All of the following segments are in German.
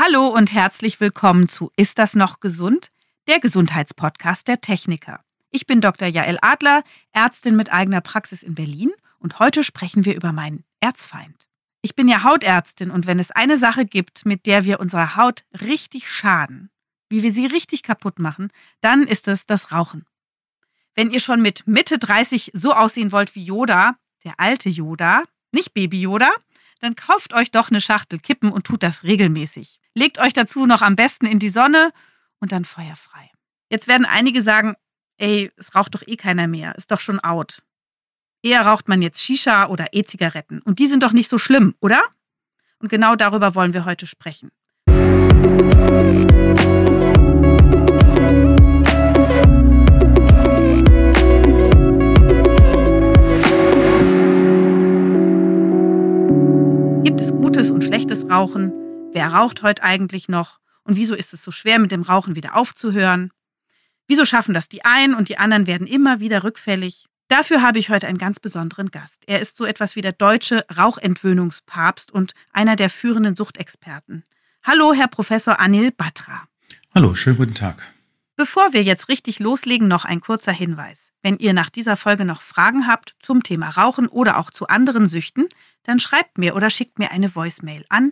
Hallo und herzlich willkommen zu Ist das noch gesund? Der Gesundheitspodcast der Techniker. Ich bin Dr. Jael Adler, Ärztin mit eigener Praxis in Berlin und heute sprechen wir über meinen Erzfeind. Ich bin ja Hautärztin und wenn es eine Sache gibt, mit der wir unserer Haut richtig schaden, wie wir sie richtig kaputt machen, dann ist es das Rauchen. Wenn ihr schon mit Mitte 30 so aussehen wollt wie Yoda, der alte Yoda, nicht Baby Yoda, dann kauft euch doch eine Schachtel Kippen und tut das regelmäßig. Legt euch dazu noch am besten in die Sonne und dann feuerfrei. Jetzt werden einige sagen, ey, es raucht doch eh keiner mehr, ist doch schon out. Eher raucht man jetzt Shisha oder E-Zigaretten und die sind doch nicht so schlimm, oder? Und genau darüber wollen wir heute sprechen. Gibt es gutes und schlechtes Rauchen? Wer raucht heute eigentlich noch? Und wieso ist es so schwer, mit dem Rauchen wieder aufzuhören? Wieso schaffen das die einen und die anderen werden immer wieder rückfällig? Dafür habe ich heute einen ganz besonderen Gast. Er ist so etwas wie der deutsche Rauchentwöhnungspapst und einer der führenden Suchtexperten. Hallo, Herr Professor Anil Batra. Hallo, schönen guten Tag. Bevor wir jetzt richtig loslegen, noch ein kurzer Hinweis. Wenn ihr nach dieser Folge noch Fragen habt zum Thema Rauchen oder auch zu anderen Süchten, dann schreibt mir oder schickt mir eine Voicemail an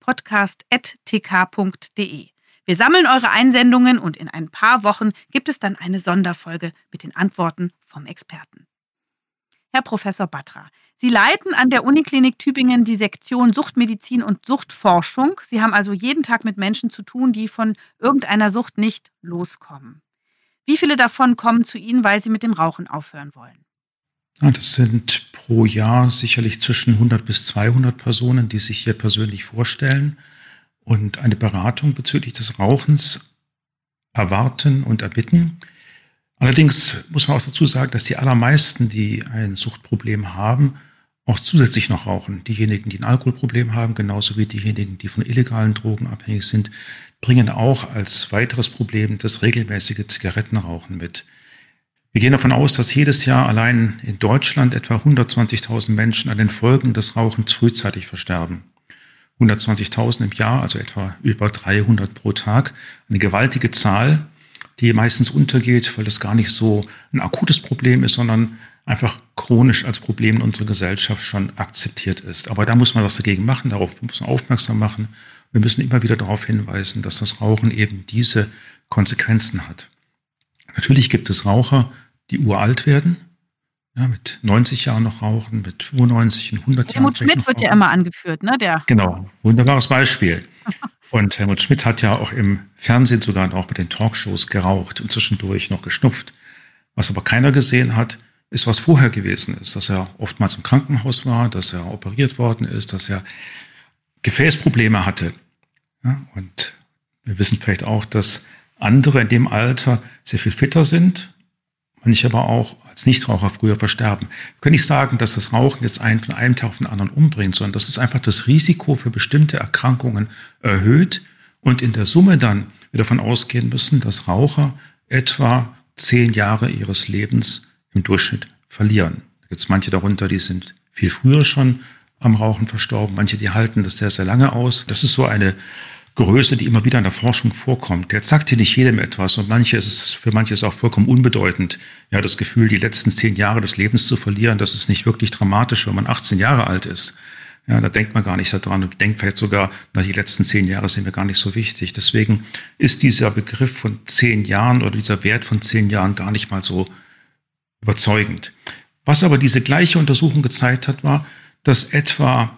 podcast@tk.de. Wir sammeln eure Einsendungen und in ein paar Wochen gibt es dann eine Sonderfolge mit den Antworten vom Experten. Herr Professor Batra, Sie leiten an der Uniklinik Tübingen die Sektion Suchtmedizin und Suchtforschung. Sie haben also jeden Tag mit Menschen zu tun, die von irgendeiner Sucht nicht loskommen. Wie viele davon kommen zu Ihnen, weil sie mit dem Rauchen aufhören wollen? Ja, das sind pro Jahr sicherlich zwischen 100 bis 200 Personen, die sich hier persönlich vorstellen und eine Beratung bezüglich des Rauchens erwarten und erbitten. Allerdings muss man auch dazu sagen, dass die allermeisten, die ein Suchtproblem haben, auch zusätzlich noch rauchen. Diejenigen, die ein Alkoholproblem haben, genauso wie diejenigen, die von illegalen Drogen abhängig sind, bringen auch als weiteres Problem das regelmäßige Zigarettenrauchen mit. Wir gehen davon aus, dass jedes Jahr allein in Deutschland etwa 120.000 Menschen an den Folgen des Rauchens frühzeitig versterben. 120.000 im Jahr, also etwa über 300 pro Tag. Eine gewaltige Zahl, die meistens untergeht, weil das gar nicht so ein akutes Problem ist, sondern einfach chronisch als Problem in unserer Gesellschaft schon akzeptiert ist. Aber da muss man was dagegen machen, darauf muss man aufmerksam machen. Wir müssen immer wieder darauf hinweisen, dass das Rauchen eben diese Konsequenzen hat. Natürlich gibt es Raucher, die uralt werden, ja, mit 90 Jahren noch rauchen, mit 95, 100 Jahren. Helmut Schmidt wird ja immer angeführt, ne? Genau, wunderbares Beispiel. Und Helmut Schmidt hat ja auch im Fernsehen sogar auch bei den Talkshows geraucht und zwischendurch noch geschnupft. Was aber keiner gesehen hat, ist, was vorher gewesen ist. Dass er oftmals im Krankenhaus war, dass er operiert worden ist, dass er Gefäßprobleme hatte. Ja, und wir wissen vielleicht auch, dass andere in dem Alter sehr viel fitter sind, manche aber auch als Nichtraucher früher versterben. Wir können nicht sagen, dass das Rauchen jetzt einen von einem Tag auf den anderen umbringt, sondern dass es einfach das Risiko für bestimmte Erkrankungen erhöht und in der Summe dann wir davon ausgehen müssen, dass Raucher etwa 10 Jahre ihres Lebens im Durchschnitt verlieren. Da gibt es manche darunter, die sind viel früher schon am Rauchen verstorben, manche, die halten das sehr, sehr lange aus. Das ist so eine Größe, die immer wieder in der Forschung vorkommt. Jetzt sagt hier nicht jedem etwas und für manche ist es auch vollkommen unbedeutend. Ja, das Gefühl, die letzten 10 Jahre des Lebens zu verlieren, das ist nicht wirklich dramatisch, wenn man 18 Jahre alt ist. Ja, da denkt man gar nicht daran und denkt vielleicht sogar, die letzten 10 Jahre sind mir gar nicht so wichtig. Deswegen ist dieser Begriff von 10 Jahren oder dieser Wert von 10 Jahren gar nicht mal so überzeugend. Was aber diese gleiche Untersuchung gezeigt hat, war, dass etwa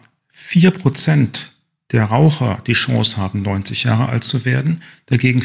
4% der Raucher die Chance haben, 90 Jahre alt zu werden, dagegen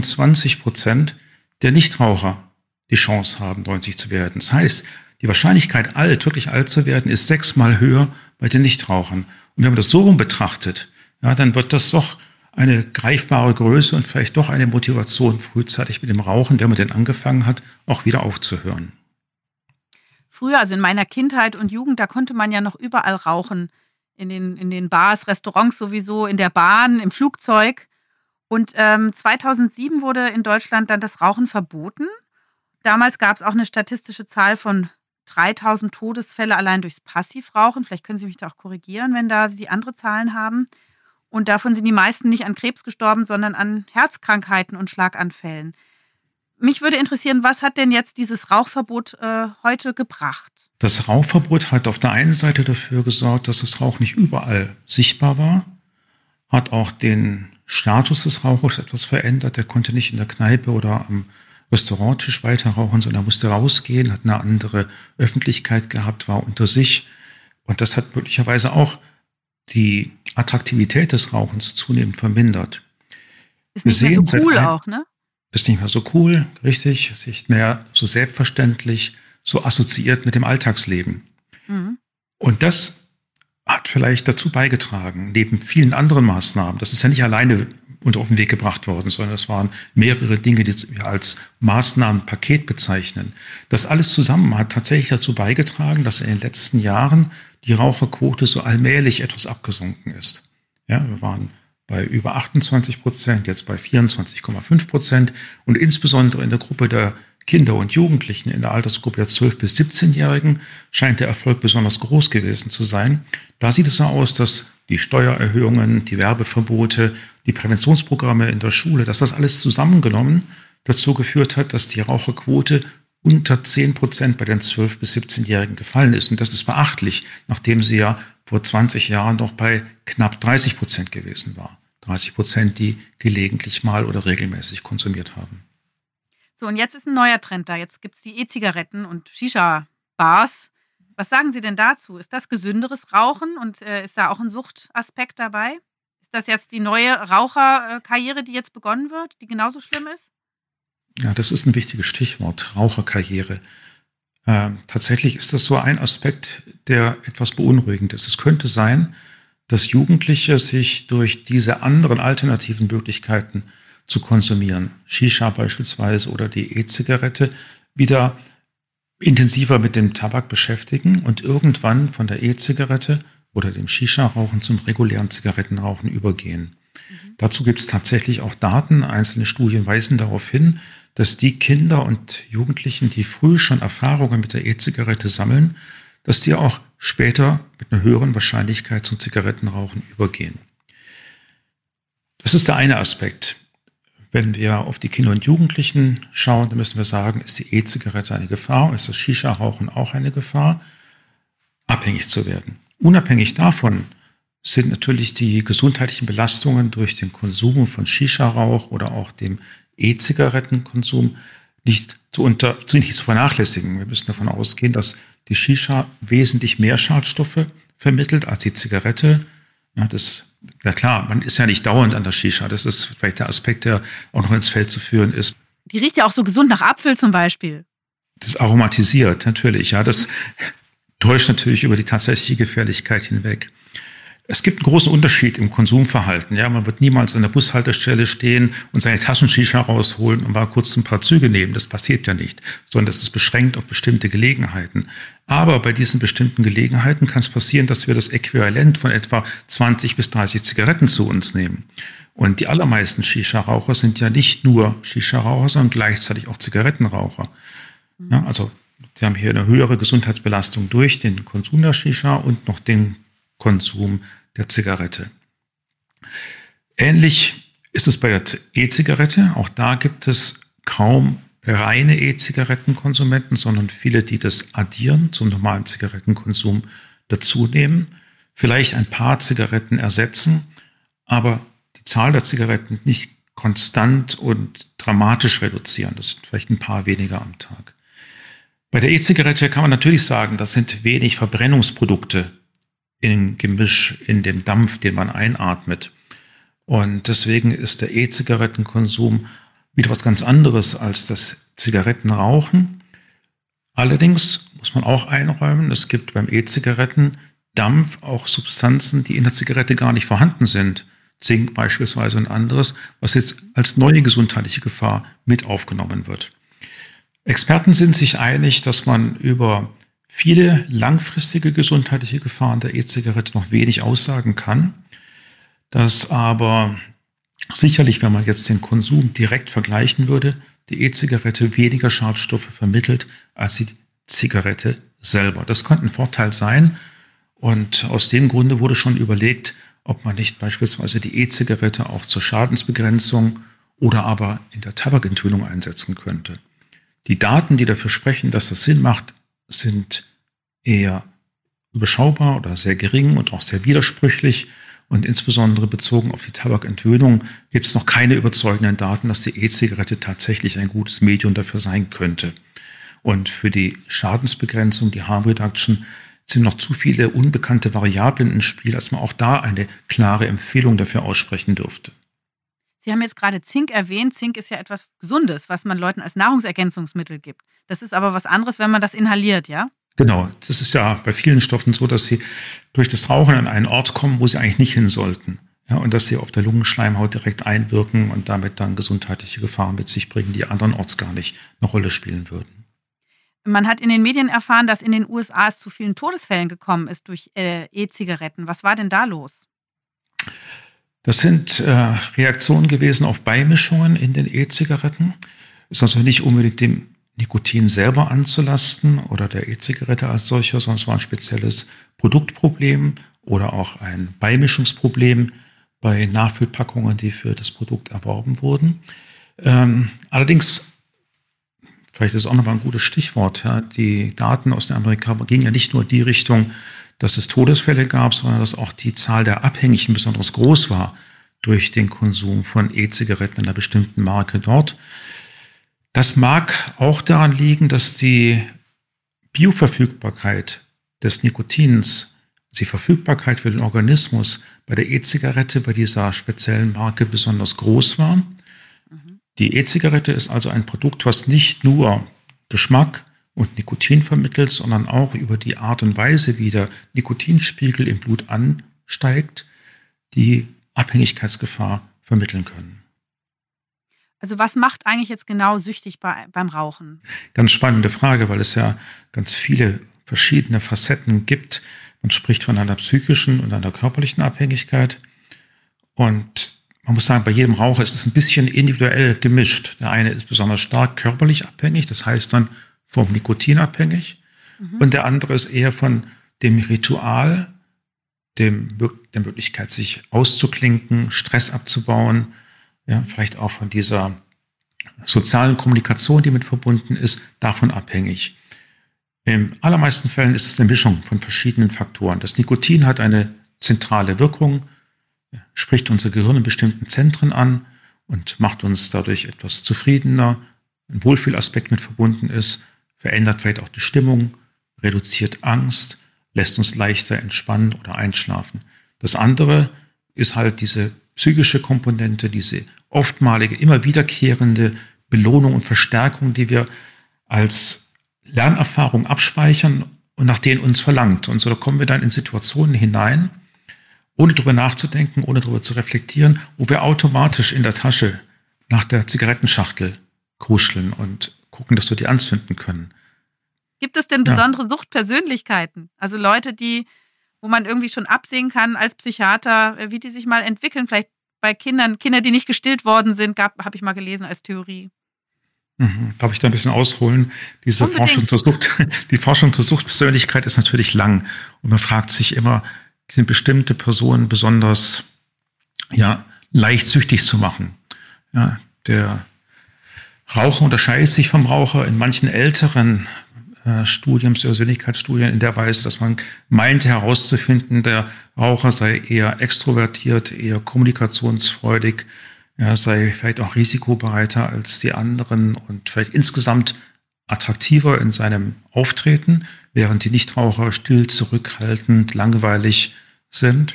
24% der Nichtraucher die Chance haben, 90 zu werden. Das heißt, die Wahrscheinlichkeit, wirklich alt zu werden, ist 6-mal höher bei den Nichtrauchern. Und wenn man das so rum betrachtet, ja, dann wird das doch eine greifbare Größe und vielleicht doch eine Motivation, frühzeitig mit dem Rauchen, wenn man denn angefangen hat, auch wieder aufzuhören. Früher, also in meiner Kindheit und Jugend, da konnte man ja noch überall rauchen. In den Bars, Restaurants sowieso, in der Bahn, im Flugzeug. Und 2007 wurde in Deutschland dann das Rauchen verboten. Damals gab es auch eine statistische Zahl von 3.000 Todesfälle allein durchs Passivrauchen. Vielleicht können Sie mich da auch korrigieren, wenn da Sie andere Zahlen haben. Und davon sind die meisten nicht an Krebs gestorben, sondern an Herzkrankheiten und Schlaganfällen. Mich würde interessieren, was hat denn jetzt dieses Rauchverbot heute gebracht? Das Rauchverbot hat auf der einen Seite dafür gesorgt, dass das Rauch nicht überall sichtbar war, hat auch den Status des Rauchers etwas verändert. Der konnte nicht in der Kneipe oder am Restauranttisch weiter rauchen, sondern musste rausgehen, hat eine andere Öffentlichkeit gehabt, war unter sich. Und das hat möglicherweise auch die Attraktivität des Rauchens zunehmend vermindert. Ist nicht mehr so cool auch, ne? Ist nicht mehr so cool, richtig, ist nicht mehr so selbstverständlich, so assoziiert mit dem Alltagsleben. Mhm. Und das hat vielleicht dazu beigetragen, neben vielen anderen Maßnahmen, das ist ja nicht alleine auf den Weg gebracht worden, sondern es waren mehrere Dinge, die wir als Maßnahmenpaket bezeichnen. Das alles zusammen hat tatsächlich dazu beigetragen, dass in den letzten Jahren die Raucherquote so allmählich etwas abgesunken ist. Ja, wir waren bei über 28%, jetzt bei 24,5%. Und insbesondere in der Gruppe der Kinder und Jugendlichen in der Altersgruppe der 12- bis 17-Jährigen scheint der Erfolg besonders groß gewesen zu sein. Da sieht es so aus, dass die Steuererhöhungen, die Werbeverbote, die Präventionsprogramme in der Schule, dass das alles zusammengenommen dazu geführt hat, dass die Raucherquote unter 10% bei den 12- bis 17-Jährigen gefallen ist. Und das ist beachtlich, nachdem sie ja vor 20 Jahren noch bei knapp 30% gewesen war. 30%, die gelegentlich mal oder regelmäßig konsumiert haben. So, und jetzt ist ein neuer Trend da. Jetzt gibt es die E-Zigaretten und Shisha-Bars. Was sagen Sie denn dazu? Ist das gesünderes Rauchen und ist da auch ein Suchtaspekt dabei? Ist das jetzt die neue Raucherkarriere, die jetzt begonnen wird, die genauso schlimm ist? Ja, das ist ein wichtiges Stichwort, Raucherkarriere. Tatsächlich ist das so ein Aspekt, der etwas beunruhigend ist. Es könnte sein, dass Jugendliche sich durch diese anderen alternativen Möglichkeiten zu konsumieren, Shisha beispielsweise oder die E-Zigarette, wieder intensiver mit dem Tabak beschäftigen und irgendwann von der E-Zigarette oder dem Shisha-Rauchen zum regulären Zigarettenrauchen übergehen. Dazu gibt es tatsächlich auch Daten. Einzelne Studien weisen darauf hin, dass die Kinder und Jugendlichen, die früh schon Erfahrungen mit der E-Zigarette sammeln, dass die auch später mit einer höheren Wahrscheinlichkeit zum Zigarettenrauchen übergehen. Das ist der eine Aspekt. Wenn wir auf die Kinder und Jugendlichen schauen, dann müssen wir sagen, ist die E-Zigarette eine Gefahr, ist das Shisha-Rauchen auch eine Gefahr, abhängig zu werden. Unabhängig davon sind natürlich die gesundheitlichen Belastungen durch den Konsum von Shisha-Rauch oder auch dem E-Zigarettenkonsum nicht zu vernachlässigen. Wir müssen davon ausgehen, dass die Shisha wesentlich mehr Schadstoffe vermittelt als die Zigarette. Ja klar, man ist ja nicht dauernd an der Shisha. Das ist vielleicht der Aspekt, der auch noch ins Feld zu führen ist. Die riecht ja auch so gesund nach Apfel zum Beispiel. Das aromatisiert natürlich, ja. Das täuscht natürlich über die tatsächliche Gefährlichkeit hinweg. Es gibt einen großen Unterschied im Konsumverhalten. Ja, man wird niemals an der Bushaltestelle stehen und seine Taschenshisha rausholen und mal kurz ein paar Züge nehmen. Das passiert ja nicht, sondern das ist beschränkt auf bestimmte Gelegenheiten. Aber bei diesen bestimmten Gelegenheiten kann es passieren, dass wir das Äquivalent von etwa 20 bis 30 Zigaretten zu uns nehmen. Und die allermeisten Shisha-Raucher sind ja nicht nur Shisha-Raucher, sondern gleichzeitig auch Zigarettenraucher. Ja, also die haben hier eine höhere Gesundheitsbelastung durch den Konsum der Shisha und noch den Konsum der Zigarette. Ähnlich ist es bei der E-Zigarette. Auch da gibt es kaum reine E-Zigarettenkonsumenten, sondern viele, die das addieren zum normalen Zigarettenkonsum dazunehmen, vielleicht ein paar Zigaretten ersetzen, aber die Zahl der Zigaretten nicht konstant und dramatisch reduzieren. Das sind vielleicht ein paar weniger am Tag. Bei der E-Zigarette kann man natürlich sagen, das sind wenig Verbrennungsprodukte im Gemisch, in dem Dampf, den man einatmet. Und deswegen ist der E-Zigarettenkonsum wieder was ganz anderes als das Zigarettenrauchen. Allerdings muss man auch einräumen, es gibt beim E-Zigarettendampf auch Substanzen, die in der Zigarette gar nicht vorhanden sind. Zink beispielsweise und anderes, was jetzt als neue gesundheitliche Gefahr mit aufgenommen wird. Experten sind sich einig, dass man über viele langfristige gesundheitliche Gefahren der E-Zigarette noch wenig aussagen kann, dass aber sicherlich, wenn man jetzt den Konsum direkt vergleichen würde, die E-Zigarette weniger Schadstoffe vermittelt als die Zigarette selber. Das könnte ein Vorteil sein und aus dem Grunde wurde schon überlegt, ob man nicht beispielsweise die E-Zigarette auch zur Schadensbegrenzung oder aber in der Tabakentwöhnung einsetzen könnte. Die Daten, die dafür sprechen, dass das Sinn macht, sind eher überschaubar oder sehr gering und auch sehr widersprüchlich. Und insbesondere bezogen auf die Tabakentwöhnung gibt es noch keine überzeugenden Daten, dass die E-Zigarette tatsächlich ein gutes Medium dafür sein könnte. Und für die Schadensbegrenzung, die Harm Reduction, sind noch zu viele unbekannte Variablen im Spiel, als man auch da eine klare Empfehlung dafür aussprechen dürfte. Sie haben jetzt gerade Zink erwähnt. Zink ist ja etwas Gesundes, was man Leuten als Nahrungsergänzungsmittel gibt. Das ist aber was anderes, wenn man das inhaliert, ja? Genau, das ist ja bei vielen Stoffen so, dass sie durch das Rauchen an einen Ort kommen, wo sie eigentlich nicht hin sollten. Ja, und dass sie auf der Lungenschleimhaut direkt einwirken und damit dann gesundheitliche Gefahren mit sich bringen, die andernorts gar nicht eine Rolle spielen würden. Man hat in den Medien erfahren, dass in den USA es zu vielen Todesfällen gekommen ist durch E-Zigaretten. Was war denn da los? Das sind Reaktionen gewesen auf Beimischungen in den E-Zigaretten. Ist also nicht unbedingt dem Nikotin selber anzulasten oder der E-Zigarette als solcher, sondern es war ein spezielles Produktproblem oder auch ein Beimischungsproblem bei Nachfüllpackungen, die für das Produkt erworben wurden. Allerdings, vielleicht ist es auch nochmal ein gutes Stichwort, ja, die Daten aus den Amerika gingen ja nicht nur in die Richtung, dass es Todesfälle gab, sondern dass auch die Zahl der Abhängigen besonders groß war durch den Konsum von E-Zigaretten einer bestimmten Marke dort. Das mag auch daran liegen, dass die Bioverfügbarkeit des Nikotins, die Verfügbarkeit für den Organismus bei der E-Zigarette, bei dieser speziellen Marke besonders groß war. Die E-Zigarette ist also ein Produkt, was nicht nur Geschmack und Nikotin vermittelt, sondern auch über die Art und Weise, wie der Nikotinspiegel im Blut ansteigt, die Abhängigkeitsgefahr vermitteln können. Also was macht eigentlich jetzt genau süchtig beim Rauchen? Ganz spannende Frage, weil es ja ganz viele verschiedene Facetten gibt. Man spricht von einer psychischen und einer körperlichen Abhängigkeit. Und man muss sagen, bei jedem Raucher ist es ein bisschen individuell gemischt. Der eine ist besonders stark körperlich abhängig, das heißt dann vom Nikotin abhängig. Und der andere ist eher von dem Ritual, der Möglichkeit, sich auszuklinken, Stress abzubauen, ja, vielleicht auch von dieser sozialen Kommunikation, die mit verbunden ist, davon abhängig. In allermeisten Fällen ist es eine Mischung von verschiedenen Faktoren. Das Nikotin hat eine zentrale Wirkung, spricht unser Gehirn in bestimmten Zentren an und macht uns dadurch etwas zufriedener. Ein Wohlfühlaspekt mit verbunden ist, verändert vielleicht auch die Stimmung, reduziert Angst, lässt uns leichter entspannen oder einschlafen. Das andere ist halt diese psychische Komponente, diese oftmalige, immer wiederkehrende Belohnung und Verstärkung, die wir als Lernerfahrung abspeichern und nach denen uns verlangt. Und so kommen wir dann in Situationen hinein, ohne darüber nachzudenken, ohne darüber zu reflektieren, wo wir automatisch in der Tasche nach der Zigarettenschachtel kruscheln und gucken, dass wir die anzünden können. Gibt es denn besondere Suchtpersönlichkeiten? Also Leute, wo man irgendwie schon absehen kann als Psychiater, wie die sich mal entwickeln, vielleicht bei Kinder, die nicht gestillt worden sind, habe ich mal gelesen als Theorie. Darf ich da ein bisschen ausholen? Die Forschung zur Suchtpersönlichkeit ist natürlich lang. Und man fragt sich immer, sind bestimmte Personen besonders leicht süchtig zu machen? Ja, der Raucher unterscheidet sich vom Raucher in manchen älteren Persönlichkeitsstudien in der Weise, dass man meinte herauszufinden, der Raucher sei eher extrovertiert, eher kommunikationsfreudig, sei vielleicht auch risikobereiter als die anderen und vielleicht insgesamt attraktiver in seinem Auftreten, während die Nichtraucher still, zurückhaltend, langweilig sind.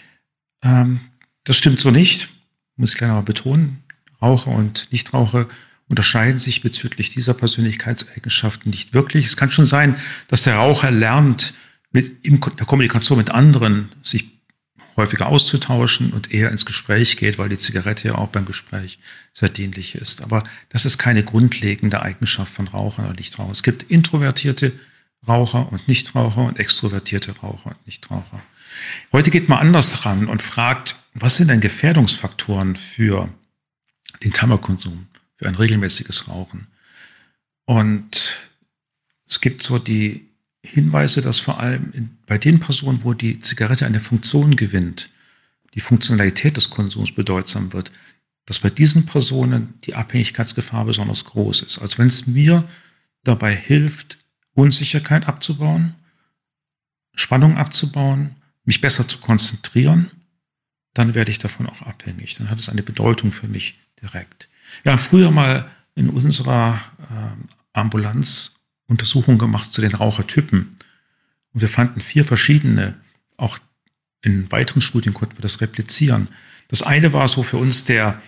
Das stimmt so nicht, muss ich gleich noch mal betonen. Raucher und Nichtraucher unterscheiden sich bezüglich dieser Persönlichkeitseigenschaften nicht wirklich. Es kann schon sein, dass der Raucher lernt, in der Kommunikation mit anderen sich häufiger auszutauschen und eher ins Gespräch geht, weil die Zigarette ja auch beim Gespräch sehr dienlich ist. Aber das ist keine grundlegende Eigenschaft von Rauchern oder Nichtrauchern. Es gibt introvertierte Raucher und Nichtraucher und extrovertierte Raucher und Nichtraucher. Heute geht man anders ran und fragt, was sind denn Gefährdungsfaktoren für den Tabakkonsum, für ein regelmäßiges Rauchen? Und es gibt so die Hinweise, dass vor allem bei den Personen, wo die Zigarette eine Funktion gewinnt, die Funktionalität des Konsums bedeutsam wird, dass bei diesen Personen die Abhängigkeitsgefahr besonders groß ist. Also wenn es mir dabei hilft, Unsicherheit abzubauen, Spannung abzubauen, mich besser zu konzentrieren, dann werde ich davon auch abhängig. Dann hat es eine Bedeutung für mich direkt. Wir haben früher mal in unserer Ambulanz Untersuchungen gemacht zu den Rauchertypen. Und wir fanden 4 verschiedene. Auch in weiteren Studien konnten wir das replizieren. Das eine war so für uns der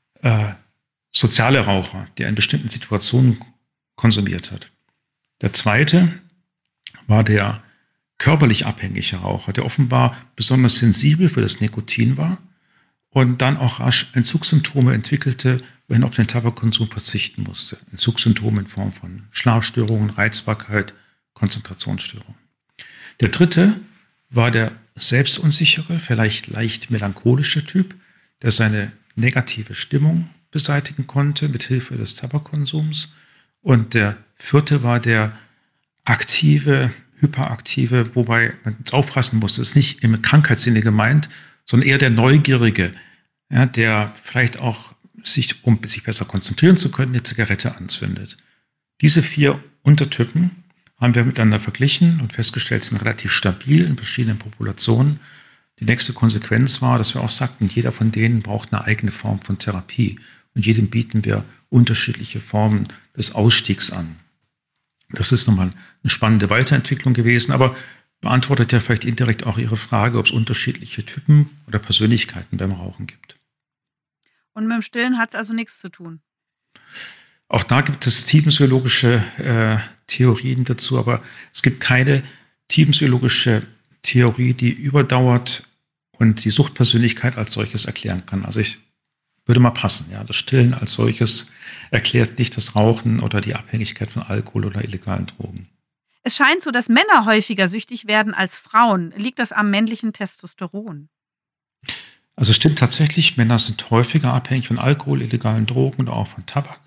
soziale Raucher, der in bestimmten Situationen konsumiert hat. Der zweite war der körperlich abhängige Raucher, der offenbar besonders sensibel für das Nikotin war und dann auch rasch Entzugssymptome entwickelte, wenn er auf den Tabakkonsum verzichten musste. Entzugssymptome in Form von Schlafstörungen, Reizbarkeit, Konzentrationsstörungen. Der dritte war der selbstunsichere, vielleicht leicht melancholische Typ, der seine negative Stimmung beseitigen konnte mit Hilfe des Tabakkonsums. Und der vierte war der aktive, hyperaktive, wobei man jetzt aufpassen muss, das ist nicht im Krankheitssinne gemeint, sondern eher der Neugierige, ja, der vielleicht auch sich, um sich besser konzentrieren zu können, eine Zigarette anzündet. Diese 4 Untertypen haben wir miteinander verglichen und festgestellt, sind relativ stabil in verschiedenen Populationen. Die nächste Konsequenz war, dass wir auch sagten, jeder von denen braucht eine eigene Form von Therapie. Und jedem bieten wir unterschiedliche Formen des Ausstiegs an. Das ist nochmal eine spannende Weiterentwicklung gewesen, aber beantwortet ja vielleicht indirekt auch Ihre Frage, ob es unterschiedliche Typen oder Persönlichkeiten beim Rauchen gibt. Und mit dem Stillen hat es also nichts zu tun. Auch da gibt es tiefenpsychologische Theorien dazu, aber es gibt keine tiefenpsychologische Theorie, die überdauert und die Suchtpersönlichkeit als solches erklären kann. Also ich würde mal passen. Ja, das Stillen als solches erklärt nicht das Rauchen oder die Abhängigkeit von Alkohol oder illegalen Drogen. Es scheint so, dass Männer häufiger süchtig werden als Frauen. Liegt das am männlichen Testosteron? Also es stimmt tatsächlich, Männer sind häufiger abhängig von Alkohol, illegalen Drogen oder auch von Tabak.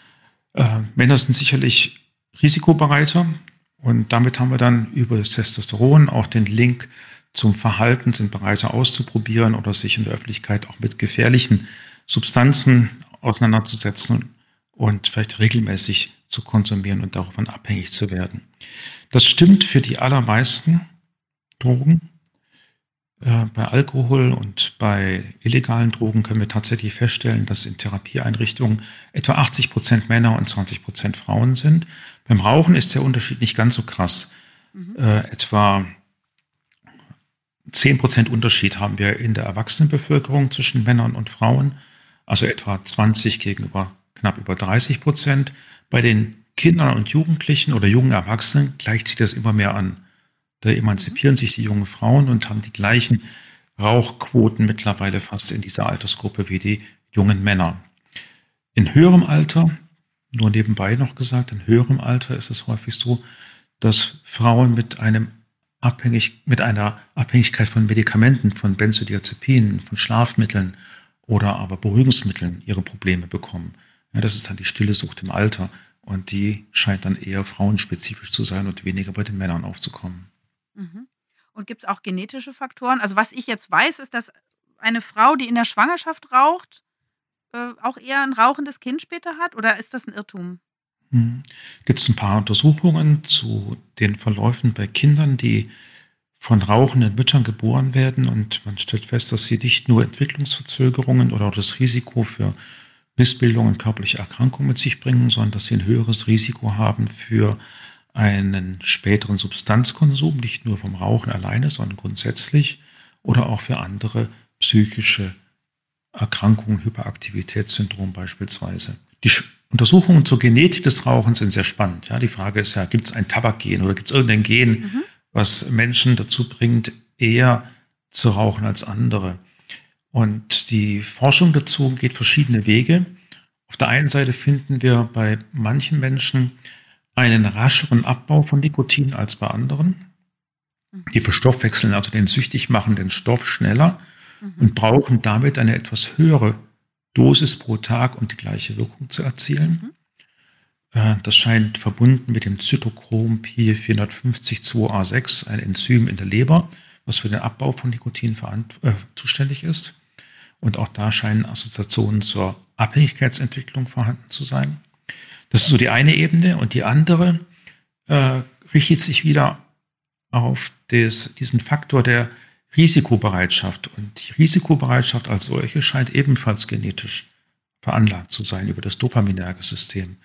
Männer sind sicherlich risikobereiter und damit haben wir dann über das Testosteron auch den Link zum Verhalten, sind bereiter auszuprobieren oder sich in der Öffentlichkeit auch mit gefährlichen Substanzen auseinanderzusetzen und vielleicht regelmäßig zu konsumieren und davon abhängig zu werden. Das stimmt für die allermeisten Drogen. Bei Alkohol und bei illegalen Drogen können wir tatsächlich feststellen, dass in Therapieeinrichtungen etwa 80% Männer und 20% Frauen sind. Beim Rauchen ist der Unterschied nicht ganz so krass. Etwa 10% Unterschied haben wir in der Erwachsenenbevölkerung zwischen Männern und Frauen, also etwa 20 gegenüber knapp über 30%. Bei den Kindern und Jugendlichen oder jungen Erwachsenen gleicht sich das immer mehr an. Da emanzipieren sich die jungen Frauen und haben die gleichen Rauchquoten mittlerweile fast in dieser Altersgruppe wie die jungen Männer. In höherem Alter, nur nebenbei noch gesagt, in höherem Alter ist es häufig so, dass Frauen mit einer Abhängigkeit von Medikamenten, von Benzodiazepinen, von Schlafmitteln oder aber Beruhigungsmitteln ihre Probleme bekommen. Ja, das ist dann die stille Sucht im Alter und die scheint dann eher frauenspezifisch zu sein und weniger bei den Männern aufzukommen. Mhm. Und gibt es auch genetische Faktoren? Also was ich jetzt weiß, ist, dass eine Frau, die in der Schwangerschaft raucht, auch eher ein rauchendes Kind später hat? Oder ist das ein Irrtum? Gibt es ein paar Untersuchungen zu den Verläufen bei Kindern, die von rauchenden Müttern geboren werden und man stellt fest, dass sie nicht nur Entwicklungsverzögerungen oder auch das Risiko für Missbildungen und körperliche Erkrankungen mit sich bringen, sondern dass sie ein höheres Risiko haben für einen späteren Substanzkonsum, nicht nur vom Rauchen alleine, sondern grundsätzlich oder auch für andere psychische Erkrankungen, Hyperaktivitätssyndrom beispielsweise. Die Untersuchungen zur Genetik des Rauchens sind sehr spannend. Ja, die Frage ist ja, gibt es ein Tabakgen oder gibt es irgendein Gen, was Menschen dazu bringt, eher zu rauchen als andere? Und die Forschung dazu geht verschiedene Wege. Auf der einen Seite finden wir bei manchen Menschen einen rascheren Abbau von Nikotin als bei anderen. Die verstoffwechseln also den süchtig machenden Stoff schneller und brauchen damit eine etwas höhere Dosis pro Tag, um die gleiche Wirkung zu erzielen. Das scheint verbunden mit dem Zytochrom P450-2A6, ein Enzym in der Leber, was für den Abbau von Nikotin zuständig ist. Und auch da scheinen Assoziationen zur Abhängigkeitsentwicklung vorhanden zu sein. Das ist so die eine Ebene. Und die andere richtet sich wieder auf diesen Faktor der Risikobereitschaft. Und die Risikobereitschaft als solche scheint ebenfalls genetisch veranlagt zu sein über das dopaminerge System.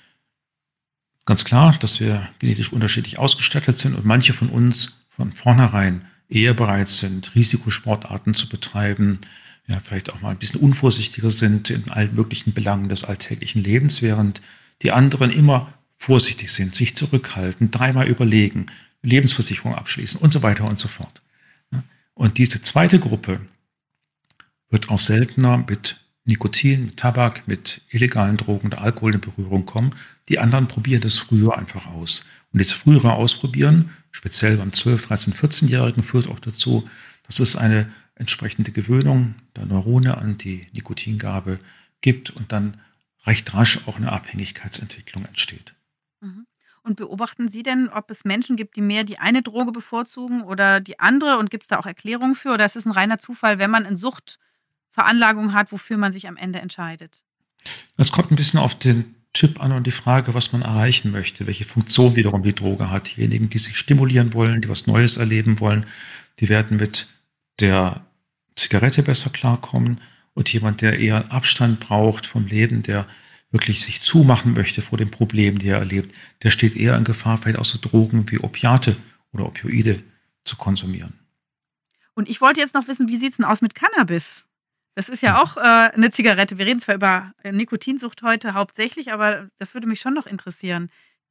Ganz klar, dass wir genetisch unterschiedlich ausgestattet sind und manche von uns von vornherein eher bereit sind, Risikosportarten zu betreiben, ja, vielleicht auch mal ein bisschen unvorsichtiger sind in allen möglichen Belangen des alltäglichen Lebens, während die anderen immer vorsichtig sind, sich zurückhalten, dreimal überlegen, Lebensversicherung abschließen und so weiter und so fort. Ja, und diese zweite Gruppe wird auch seltener mit Nikotin, mit Tabak, mit illegalen Drogen oder Alkohol in Berührung kommen. Die anderen probieren das früher einfach aus. Und das frühere Ausprobieren, speziell beim 12-, 13-, 14-Jährigen, führt auch dazu, dass es eine entsprechende Gewöhnung der Neurone an die Nikotingabe gibt und dann recht rasch auch eine Abhängigkeitsentwicklung entsteht. Mhm. Und beobachten Sie denn, ob es Menschen gibt, die mehr die eine Droge bevorzugen oder die andere? Und gibt es da auch Erklärungen für? Oder ist es ein reiner Zufall, wenn man eine Suchtveranlagung hat, wofür man sich am Ende entscheidet? Es kommt ein bisschen auf den Typ an und die Frage, was man erreichen möchte, welche Funktion wiederum die Droge hat. Diejenigen, die sich stimulieren wollen, die was Neues erleben wollen, die werden mit der Zigarette besser klarkommen. Und jemand, der eher Abstand braucht vom Leben, der wirklich sich zumachen möchte vor den Problemen, die er erlebt, der steht eher in Gefahr, vielleicht auch so Drogen wie Opiate oder Opioide zu konsumieren. Und ich wollte jetzt noch wissen, wie sieht es denn aus mit Cannabis? Das ist ja auch eine Zigarette. Wir reden zwar über Nikotinsucht heute hauptsächlich, aber das würde mich schon noch interessieren.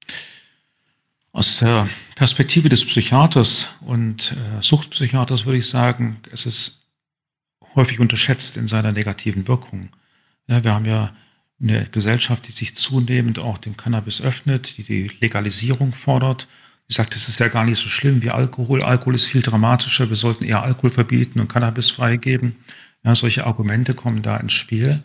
Aus der Perspektive des Psychiaters und Suchtpsychiaters würde ich sagen, es ist häufig unterschätzt in seiner negativen Wirkung. Ja, wir haben ja eine Gesellschaft, die sich zunehmend auch dem Cannabis öffnet, die die Legalisierung fordert. Die sagt, es ist ja gar nicht so schlimm wie Alkohol. Alkohol ist viel dramatischer. Wir sollten eher Alkohol verbieten und Cannabis freigeben. Ja, solche Argumente kommen da ins Spiel.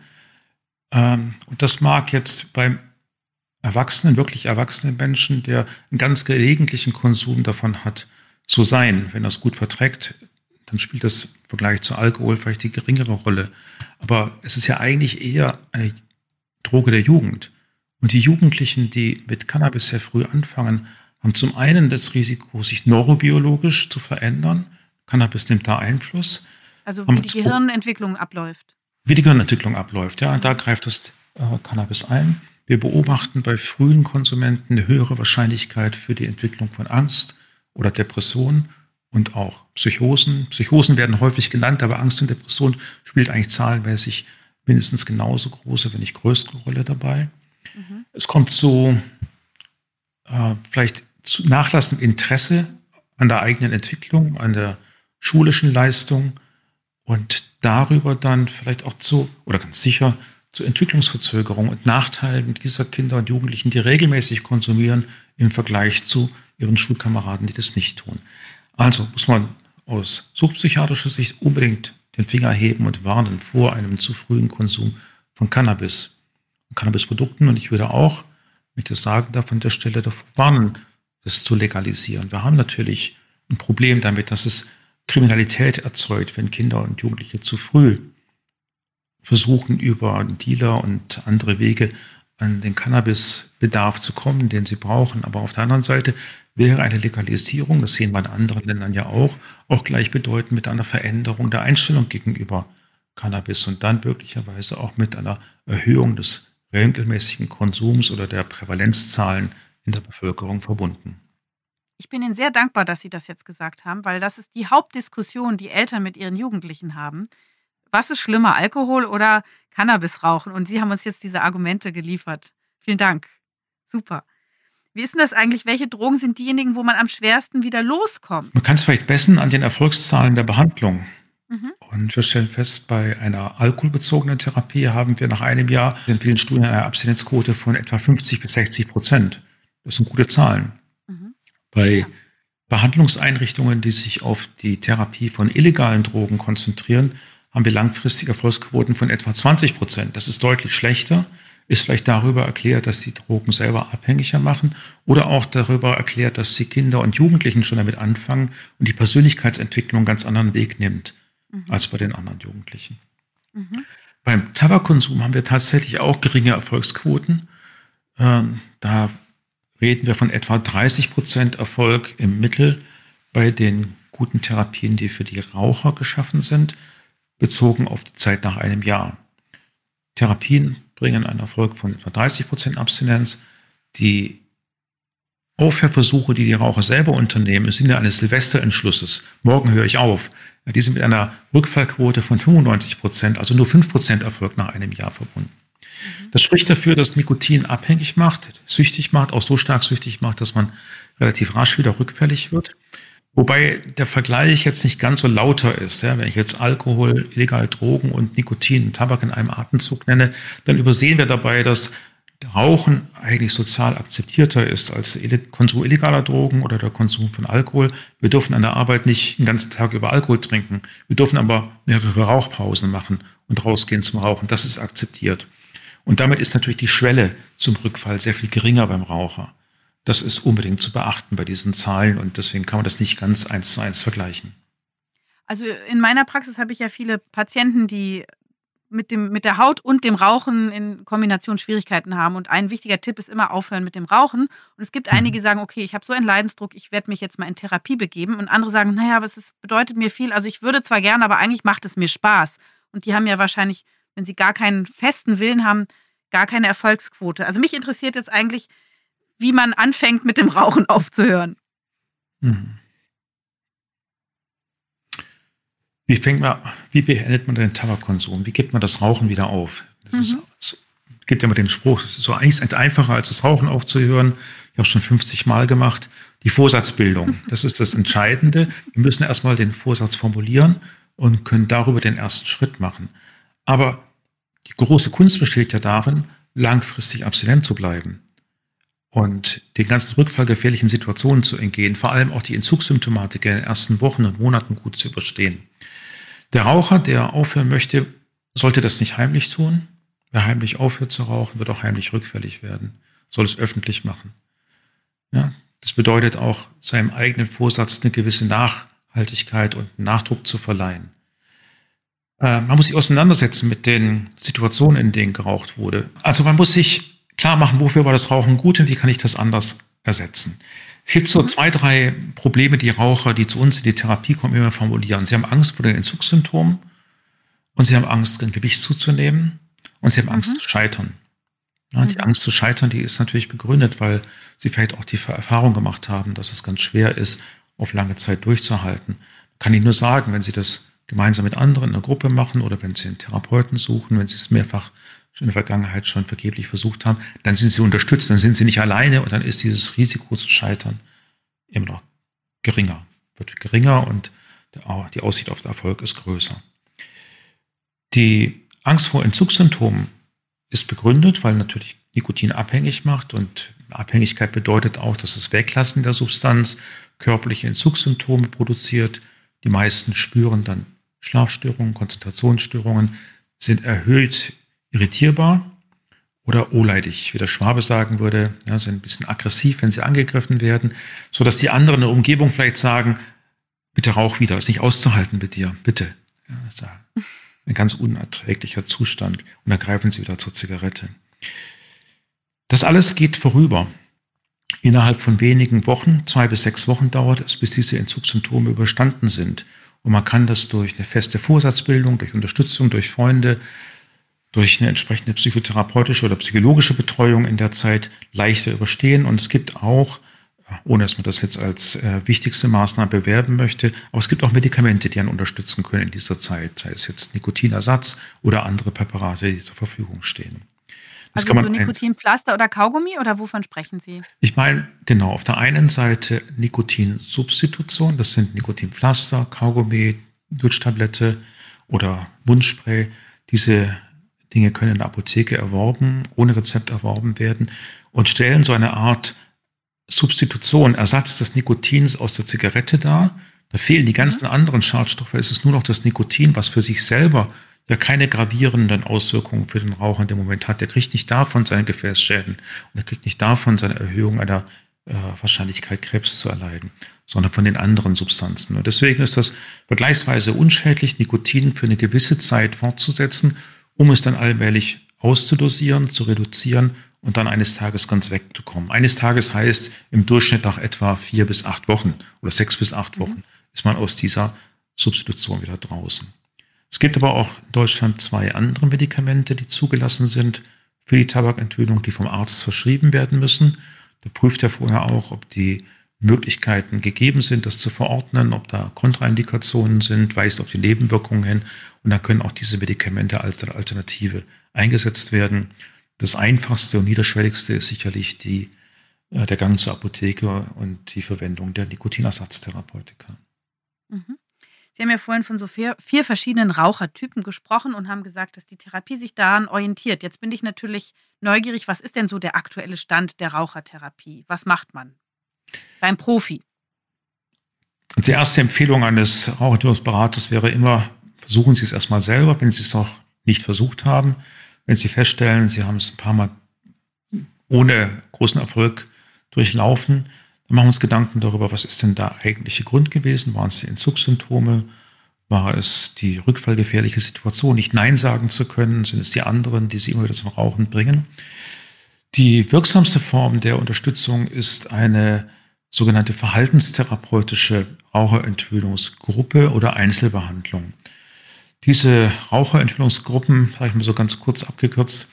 Und das mag jetzt beim Erwachsenen, wirklich erwachsenen Menschen, der einen ganz gelegentlichen Konsum davon hat, so sein. Wenn er es gut verträgt, dann spielt das im Vergleich zu Alkohol vielleicht die geringere Rolle. Aber es ist ja eigentlich eher eine Droge der Jugend. Und die Jugendlichen, die mit Cannabis sehr früh anfangen, haben zum einen das Risiko, sich neurobiologisch zu verändern. Cannabis nimmt da Einfluss. Also wie die Gehirnentwicklung abläuft. Wie die Gehirnentwicklung abläuft, ja. Da greift das Cannabis ein. Wir beobachten bei frühen Konsumenten eine höhere Wahrscheinlichkeit für die Entwicklung von Angst oder Depression und auch Psychosen. Psychosen werden häufig genannt, aber Angst und Depression spielt eigentlich zahlenmäßig mindestens genauso große, wenn nicht größere Rolle dabei. Mhm. Es kommt zu vielleicht zu nachlassendem Interesse an der eigenen Entwicklung, an der schulischen Leistung und darüber dann vielleicht auch oder ganz sicher zu Entwicklungsverzögerung und Nachteilen dieser Kinder und Jugendlichen, die regelmäßig konsumieren, im Vergleich zu ihren Schulkameraden, die das nicht tun. Also muss man aus suchtpsychiatrischer Sicht unbedingt den Finger heben und warnen vor einem zu frühen Konsum von Cannabis und Cannabisprodukten. Und ich würde auch, wenn ich das sagen darf, an der Stelle davor warnen, das zu legalisieren. Wir haben natürlich ein Problem damit, dass es Kriminalität erzeugt, wenn Kinder und Jugendliche zu früh versuchen, über Dealer und andere Wege an den Cannabisbedarf zu kommen, den sie brauchen. Aber auf der anderen Seite wäre eine Legalisierung, das sehen wir in anderen Ländern ja auch gleichbedeutend mit einer Veränderung der Einstellung gegenüber Cannabis und dann möglicherweise auch mit einer Erhöhung des regelmäßigen Konsums oder der Prävalenzzahlen in der Bevölkerung verbunden. Ich bin Ihnen sehr dankbar, dass Sie das jetzt gesagt haben, weil das ist die Hauptdiskussion, die Eltern mit ihren Jugendlichen haben. Was ist schlimmer, Alkohol oder Cannabis rauchen? Und Sie haben uns jetzt diese Argumente geliefert. Vielen Dank. Super. Wie ist denn das eigentlich? Welche Drogen sind diejenigen, wo man am schwersten wieder loskommt? Man kann es vielleicht messen an den Erfolgszahlen der Behandlung. Und wir stellen fest, bei einer alkoholbezogenen Therapie haben wir nach einem Jahr in vielen Studien eine Abstinenzquote von etwa 50-60%. Das sind gute Zahlen. Bei Behandlungseinrichtungen, die sich auf die Therapie von illegalen Drogen konzentrieren, haben wir langfristige Erfolgsquoten von etwa 20%. Das ist deutlich schlechter. ist vielleicht darüber erklärt, dass die Drogen selber abhängiger machen oder auch darüber erklärt, dass die Kinder und Jugendlichen schon damit anfangen und die Persönlichkeitsentwicklung einen ganz anderen Weg nimmt als bei den anderen Jugendlichen. Beim Tabakkonsum haben wir tatsächlich auch geringe Erfolgsquoten. Da reden wir von etwa 30% Erfolg im Mittel bei den guten Therapien, die für die Raucher geschaffen sind, bezogen auf die Zeit nach einem Jahr. Therapien bringen einen Erfolg von etwa 30% Abstinenz. Die Aufhörversuche, die die Raucher selber unternehmen, im Sinne eines Silvesterentschlusses, morgen höre ich auf, die sind mit einer Rückfallquote von 95%, also nur 5% Erfolg nach einem Jahr verbunden. Das spricht dafür, dass Nikotin abhängig macht, süchtig macht, auch so stark süchtig macht, dass man relativ rasch wieder rückfällig wird. Wobei der Vergleich jetzt nicht ganz so lauter ist. Ja, wenn ich jetzt Alkohol, illegale Drogen und Nikotin und Tabak in einem Atemzug nenne, dann übersehen wir dabei, dass Rauchen eigentlich sozial akzeptierter ist als der Konsum illegaler Drogen oder der Konsum von Alkohol. Wir dürfen an der Arbeit nicht den ganzen Tag über Alkohol trinken. Wir dürfen aber mehrere Rauchpausen machen und rausgehen zum Rauchen. Das ist akzeptiert. Und damit ist natürlich die Schwelle zum Rückfall sehr viel geringer beim Raucher. Das ist unbedingt zu beachten bei diesen Zahlen und deswegen kann man das nicht ganz 1:1 vergleichen. Also in meiner Praxis habe ich ja viele Patienten, die mit der Haut und dem Rauchen in Kombination Schwierigkeiten haben. Und ein wichtiger Tipp ist immer aufhören mit dem Rauchen. Und es gibt einige, die sagen, okay, ich habe so einen Leidensdruck, ich werde mich jetzt mal in Therapie begeben. Und andere sagen, naja, aber bedeutet mir viel. Also ich würde zwar gerne, aber eigentlich macht es mir Spaß. Und die haben ja wahrscheinlich, wenn sie gar keinen festen Willen haben, gar keine Erfolgsquote. Also mich interessiert jetzt eigentlich, wie man anfängt, mit dem Rauchen aufzuhören. Wie beendet man den Tabakkonsum? Wie gibt man das Rauchen wieder auf? Es gibt ja immer den Spruch, es ist so einfacher als das Rauchen aufzuhören. Ich habe es schon 50 Mal gemacht. Die Vorsatzbildung, das ist das Entscheidende. Wir müssen erstmal den Vorsatz formulieren und können darüber den ersten Schritt machen. Aber die große Kunst besteht ja darin, langfristig abstinent zu bleiben und den ganzen rückfallgefährlichen Situationen zu entgehen, vor allem auch die Entzugssymptomatik in den ersten Wochen und Monaten gut zu überstehen. Der Raucher, der aufhören möchte, sollte das nicht heimlich tun. Wer heimlich aufhört zu rauchen, wird auch heimlich rückfällig werden, soll es öffentlich machen. Ja, das bedeutet auch, seinem eigenen Vorsatz eine gewisse Nachhaltigkeit und Nachdruck zu verleihen. Man muss sich auseinandersetzen mit den Situationen, in denen geraucht wurde. Also man muss sich klar machen, wofür war das Rauchen gut und wie kann ich das anders ersetzen. Es gibt so 2, 3 Probleme, die Raucher, die zu uns in die Therapie kommen, immer formulieren. Sie haben Angst vor den Entzugssymptomen und sie haben Angst, ein Gewicht zuzunehmen und sie haben Angst zu scheitern. Ja, die Angst zu scheitern, die ist natürlich begründet, weil sie vielleicht auch die Erfahrung gemacht haben, dass es ganz schwer ist, auf lange Zeit durchzuhalten. Kann ich nur sagen, wenn Sie das gemeinsam mit anderen in einer Gruppe machen oder wenn Sie einen Therapeuten suchen, wenn Sie es mehrfach in der Vergangenheit schon vergeblich versucht haben, dann sind Sie unterstützt, dann sind Sie nicht alleine und dann ist dieses Risiko zu scheitern immer noch geringer, wird geringer und die Aussicht auf den Erfolg ist größer. Die Angst vor Entzugssymptomen ist begründet, weil natürlich Nikotin abhängig macht und Abhängigkeit bedeutet auch, dass das Weglassen der Substanz körperliche Entzugssymptome produziert. Die meisten spüren dann Schlafstörungen, Konzentrationsstörungen, sind erhöht irritierbar oder oleidig, wie der Schwabe sagen würde, ja, sind ein bisschen aggressiv, wenn sie angegriffen werden, sodass die anderen in der Umgebung vielleicht sagen, bitte rauch wieder, ist nicht auszuhalten mit dir, bitte. Ja, das ist ein ganz unerträglicher Zustand und dann greifen sie wieder zur Zigarette. Das alles geht vorüber. Innerhalb von wenigen Wochen, 2 bis 6 Wochen dauert es, bis diese Entzugssymptome überstanden sind. Und man kann das durch eine feste Vorsatzbildung, durch Unterstützung, durch Freunde, durch eine entsprechende psychotherapeutische oder psychologische Betreuung in der Zeit leichter überstehen. Und es gibt auch, ohne dass man das jetzt als wichtigste Maßnahme bewerben möchte, aber es gibt auch Medikamente, die einen unterstützen können in dieser Zeit, sei es jetzt Nikotinersatz oder andere Präparate, die zur Verfügung stehen. Das also so Nikotinpflaster oder Kaugummi oder wovon sprechen Sie? Ich meine, genau, auf der einen Seite Nikotinsubstitution, das sind Nikotinpflaster, Kaugummi, Lutschtablette oder Mundspray. Diese Dinge können in der Apotheke ohne Rezept erworben werden und stellen so eine Art Substitution, Ersatz des Nikotins aus der Zigarette dar. Da fehlen die ganzen anderen Schadstoffe, es ist nur noch das Nikotin, was für sich selber ja keine gravierenden Auswirkungen für den Raucher in dem Moment hat. Der kriegt nicht davon seine Gefäßschäden und er kriegt nicht davon seine Erhöhung einer Wahrscheinlichkeit, Krebs zu erleiden, sondern von den anderen Substanzen. Und deswegen ist das vergleichsweise unschädlich, Nikotin für eine gewisse Zeit fortzusetzen, um es dann allmählich auszudosieren, zu reduzieren und dann eines Tages ganz wegzukommen. Eines Tages heißt im Durchschnitt nach etwa 4 bis 8 Wochen oder 6 bis 8 Wochen ist man aus dieser Substitution wieder draußen. Es gibt aber auch in Deutschland 2 andere Medikamente, die zugelassen sind für die Tabakentwöhnung, die vom Arzt verschrieben werden müssen. Da prüft er vorher auch, ob die Möglichkeiten gegeben sind, das zu verordnen, ob da Kontraindikationen sind, weist auf die Nebenwirkungen hin. Und dann können auch diese Medikamente als Alternative eingesetzt werden. Das einfachste und niederschwelligste ist sicherlich der Gang zur Apotheke und die Verwendung der Nikotinersatztherapeutika. Mhm. Sie haben ja vorhin von so 4 verschiedenen Rauchertypen gesprochen und haben gesagt, dass die Therapie sich daran orientiert. Jetzt bin ich natürlich neugierig, was ist denn so der aktuelle Stand der Rauchertherapie? Was macht man beim Profi? Die erste Empfehlung eines Raucherentwöhnungsberaters wäre immer, versuchen Sie es erstmal selber, wenn Sie es noch nicht versucht haben. Wenn Sie feststellen, Sie haben es ein paar Mal ohne großen Erfolg durchlaufen, dann machen wir uns Gedanken darüber, was ist denn der eigentliche Grund gewesen? Waren es die Entzugssymptome? War es die rückfallgefährliche Situation, nicht Nein sagen zu können? Sind es die anderen, die Sie immer wieder zum Rauchen bringen? Die wirksamste Form der Unterstützung ist eine sogenannte verhaltenstherapeutische Raucherentwöhnungsgruppe oder Einzelbehandlung. Diese Raucherentwöhnungsgruppen, sage ich mal so ganz kurz abgekürzt,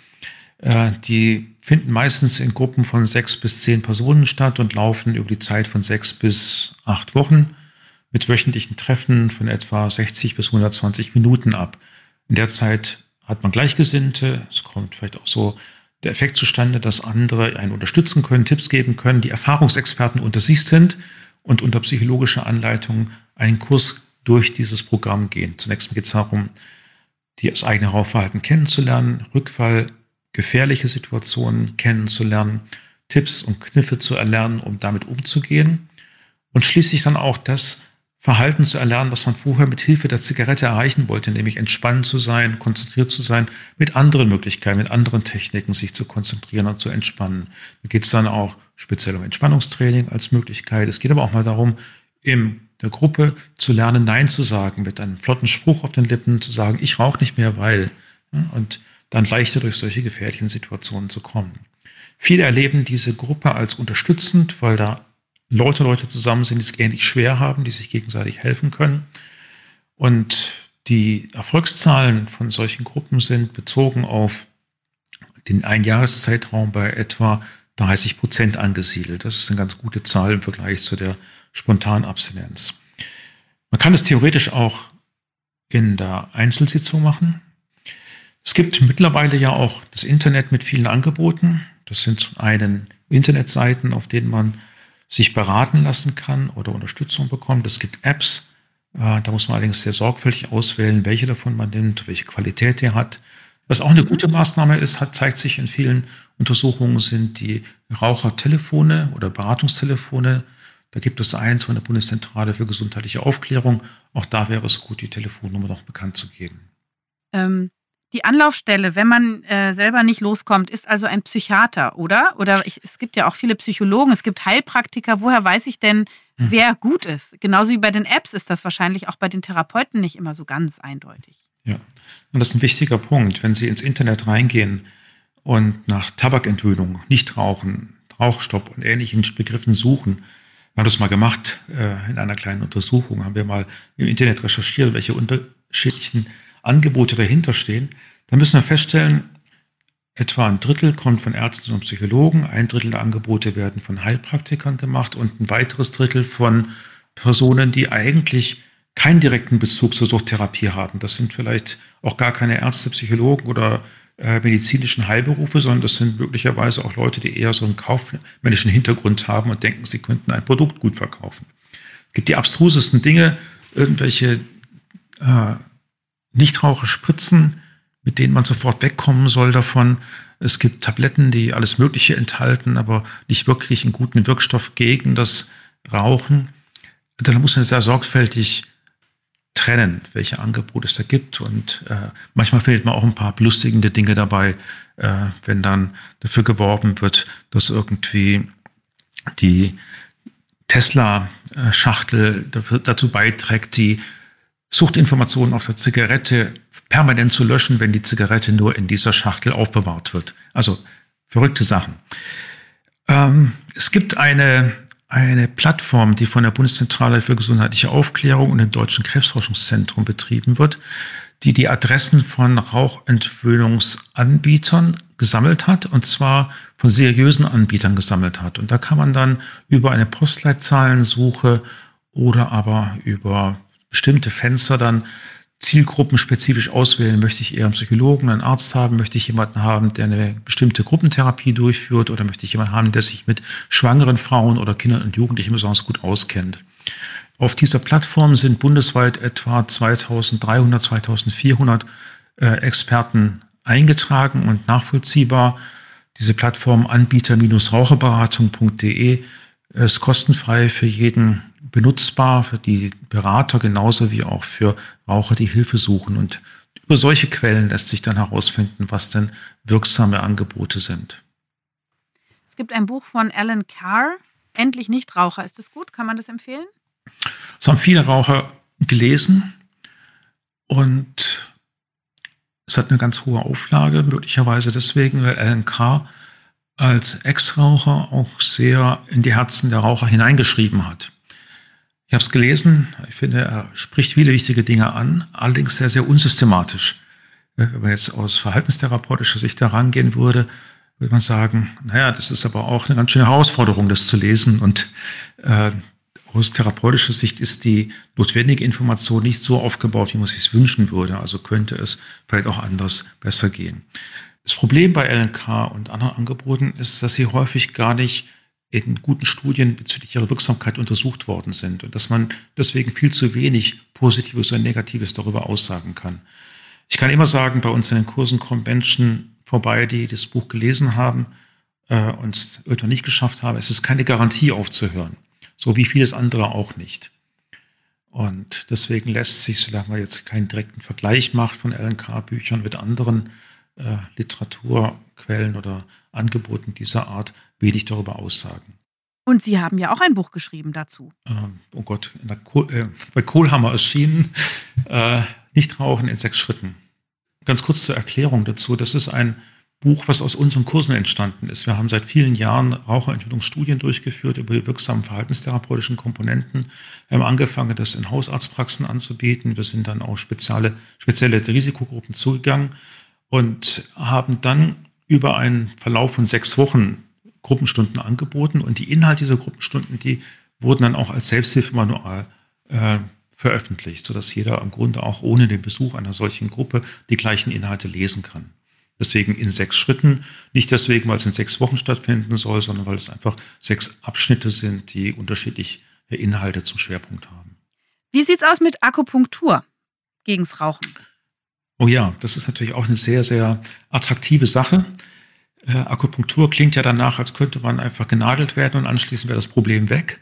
die finden meistens in Gruppen von 6 bis 10 Personen statt und laufen über die Zeit von 6 bis 8 Wochen mit wöchentlichen Treffen von etwa 60 bis 120 Minuten ab. In der Zeit hat man Gleichgesinnte, es kommt vielleicht auch so der Effekt zustande, dass andere einen unterstützen können, Tipps geben können, die Erfahrungsexperten unter sich sind und unter psychologischer Anleitung einen Kurs durch dieses Programm gehen. Zunächst geht es darum, das eigene Rauchverhalten kennenzulernen, rückfallgefährliche Situationen kennenzulernen, Tipps und Kniffe zu erlernen, um damit umzugehen und schließlich dann auch das Verhalten zu erlernen, was man vorher mit Hilfe der Zigarette erreichen wollte, nämlich entspannt zu sein, konzentriert zu sein, mit anderen Möglichkeiten, mit anderen Techniken sich zu konzentrieren und zu entspannen. Da geht es dann auch speziell um Entspannungstraining als Möglichkeit. Es geht aber auch mal darum, in der Gruppe zu lernen, Nein zu sagen, mit einem flotten Spruch auf den Lippen zu sagen, ich rauche nicht mehr, weil, und dann leichter durch solche gefährlichen Situationen zu kommen. Viele erleben diese Gruppe als unterstützend, weil da Leute zusammen sind, die es ähnlich schwer haben, die sich gegenseitig helfen können. Und die Erfolgszahlen von solchen Gruppen sind bezogen auf den Einjahreszeitraum bei etwa 30% angesiedelt. Das ist eine ganz gute Zahl im Vergleich zu der Spontanabstinenz. Man kann es theoretisch auch in der Einzelsitzung machen. Es gibt mittlerweile ja auch das Internet mit vielen Angeboten. Das sind zum einen Internetseiten, auf denen man sich beraten lassen kann oder Unterstützung bekommt. Es gibt Apps, da muss man allerdings sehr sorgfältig auswählen, welche davon man nimmt, welche Qualität der hat. Was auch eine gute Maßnahme ist, zeigt sich in vielen Untersuchungen, sind die Rauchertelefone oder Beratungstelefone. Da gibt es eins von der Bundeszentrale für gesundheitliche Aufklärung. Auch da wäre es gut, die Telefonnummer noch bekannt zu geben. Die Anlaufstelle, wenn man selber nicht loskommt, ist also ein Psychiater, oder? Es gibt ja auch viele Psychologen, es gibt Heilpraktiker. Woher weiß ich denn, wer gut ist? Genauso wie bei den Apps ist das wahrscheinlich auch bei den Therapeuten nicht immer so ganz eindeutig. Ja, und das ist ein wichtiger Punkt. Wenn Sie ins Internet reingehen und nach Tabakentwöhnung, Nichtrauchen, Rauchstopp und ähnlichen Begriffen suchen, wir haben das mal gemacht in einer kleinen Untersuchung, haben wir mal im Internet recherchiert, welche unterschiedlichen Angebote dahinter stehen, dann müssen wir feststellen, etwa ein Drittel kommt von Ärzten und Psychologen, ein Drittel der Angebote werden von Heilpraktikern gemacht und ein weiteres Drittel von Personen, die eigentlich keinen direkten Bezug zur Suchttherapie haben. Das sind vielleicht auch gar keine Ärzte, Psychologen oder medizinischen Heilberufe, sondern das sind möglicherweise auch Leute, die eher so einen kaufmännischen Hintergrund haben und denken, sie könnten ein Produkt gut verkaufen. Es gibt die abstrusesten Dinge, irgendwelche Nichtraucherspritzen, mit denen man sofort wegkommen soll davon. Es gibt Tabletten, die alles Mögliche enthalten, aber nicht wirklich einen guten Wirkstoff gegen das Rauchen. Da muss man sehr sorgfältig trennen, welche Angebote es da gibt. Und manchmal findet man auch ein paar belustigende Dinge dabei, wenn dann dafür geworben wird, dass irgendwie die Tesla-Schachtel dazu beiträgt, die Suchtinformationen auf der Zigarette permanent zu löschen, wenn die Zigarette nur in dieser Schachtel aufbewahrt wird. Also verrückte Sachen. Es gibt eine Plattform, die von der Bundeszentrale für gesundheitliche Aufklärung und dem Deutschen Krebsforschungszentrum betrieben wird, die die Adressen von Rauchentwöhnungsanbietern gesammelt hat, und zwar von seriösen Anbietern gesammelt hat. Und da kann man dann über eine Postleitzahlensuche oder aber über bestimmte Fenster dann zielgruppenspezifisch auswählen. Möchte ich eher einen Psychologen, einen Arzt haben? Möchte ich jemanden haben, der eine bestimmte Gruppentherapie durchführt? Oder möchte ich jemanden haben, der sich mit schwangeren Frauen oder Kindern und Jugendlichen besonders gut auskennt? Auf dieser Plattform sind bundesweit etwa 2300, 2400 Experten eingetragen und nachvollziehbar. Diese Plattform anbieter-raucherberatung.de ist kostenfrei für jeden benutzbar, für die Berater genauso wie auch für Raucher, die Hilfe suchen. Und über solche Quellen lässt sich dann herausfinden, was denn wirksame Angebote sind. Es gibt ein Buch von Alan Carr, Endlich Nichtraucher. Ist das gut? Kann man das empfehlen? Das haben viele Raucher gelesen und es hat eine ganz hohe Auflage, möglicherweise deswegen, weil Alan Carr als Ex-Raucher auch sehr in die Herzen der Raucher hineingeschrieben hat. Ich habe es gelesen, ich finde, er spricht viele wichtige Dinge an, allerdings sehr, sehr unsystematisch. Wenn man jetzt aus verhaltenstherapeutischer Sicht herangehen würde, würde man sagen, naja, das ist aber auch eine ganz schöne Herausforderung, das zu lesen. Und aus therapeutischer Sicht ist die notwendige Information nicht so aufgebaut, wie man es sich wünschen würde. Also könnte es vielleicht auch anders besser gehen. Das Problem bei Alan Carr und anderen Angeboten ist, dass sie häufig gar nicht in guten Studien bezüglich ihrer Wirksamkeit untersucht worden sind und dass man deswegen viel zu wenig Positives oder Negatives darüber aussagen kann. Ich kann immer sagen, bei uns in den Kursen kommen Menschen vorbei, die das Buch gelesen haben und es irgendwann nicht geschafft haben. Es ist keine Garantie aufzuhören, so wie vieles andere auch nicht. Und deswegen lässt sich, solange man jetzt keinen direkten Vergleich macht von Alan Carr-Büchern mit anderen Literaturquellen oder Angeboten dieser Art, wenig darüber aussagen. Und Sie haben ja auch ein Buch geschrieben dazu. Oh Gott, bei Kohlhammer erschienen, Nichtrauchen in 6 Schritten. Ganz kurz zur Erklärung dazu, das ist ein Buch, was aus unseren Kursen entstanden ist. Wir haben seit vielen Jahren Raucherentwicklungsstudien durchgeführt über die wirksamen verhaltenstherapeutischen Komponenten. Wir haben angefangen, das in Hausarztpraxen anzubieten. Wir sind dann auch spezielle Risikogruppen zugegangen und haben dann über einen Verlauf von 6 Wochen Gruppenstunden angeboten. Und die Inhalte dieser Gruppenstunden, die wurden dann auch als Selbsthilfemanual veröffentlicht, sodass jeder im Grunde auch ohne den Besuch einer solchen Gruppe die gleichen Inhalte lesen kann. Deswegen in 6 Schritten, nicht deswegen, weil es in 6 Wochen stattfinden soll, sondern weil es einfach 6 Abschnitte sind, die unterschiedliche Inhalte zum Schwerpunkt haben. Wie sieht's aus mit Akupunktur gegens Rauchen? Oh ja, das ist natürlich auch eine sehr, sehr attraktive Sache. Akupunktur klingt ja danach, als könnte man einfach genadelt werden und anschließend wäre das Problem weg.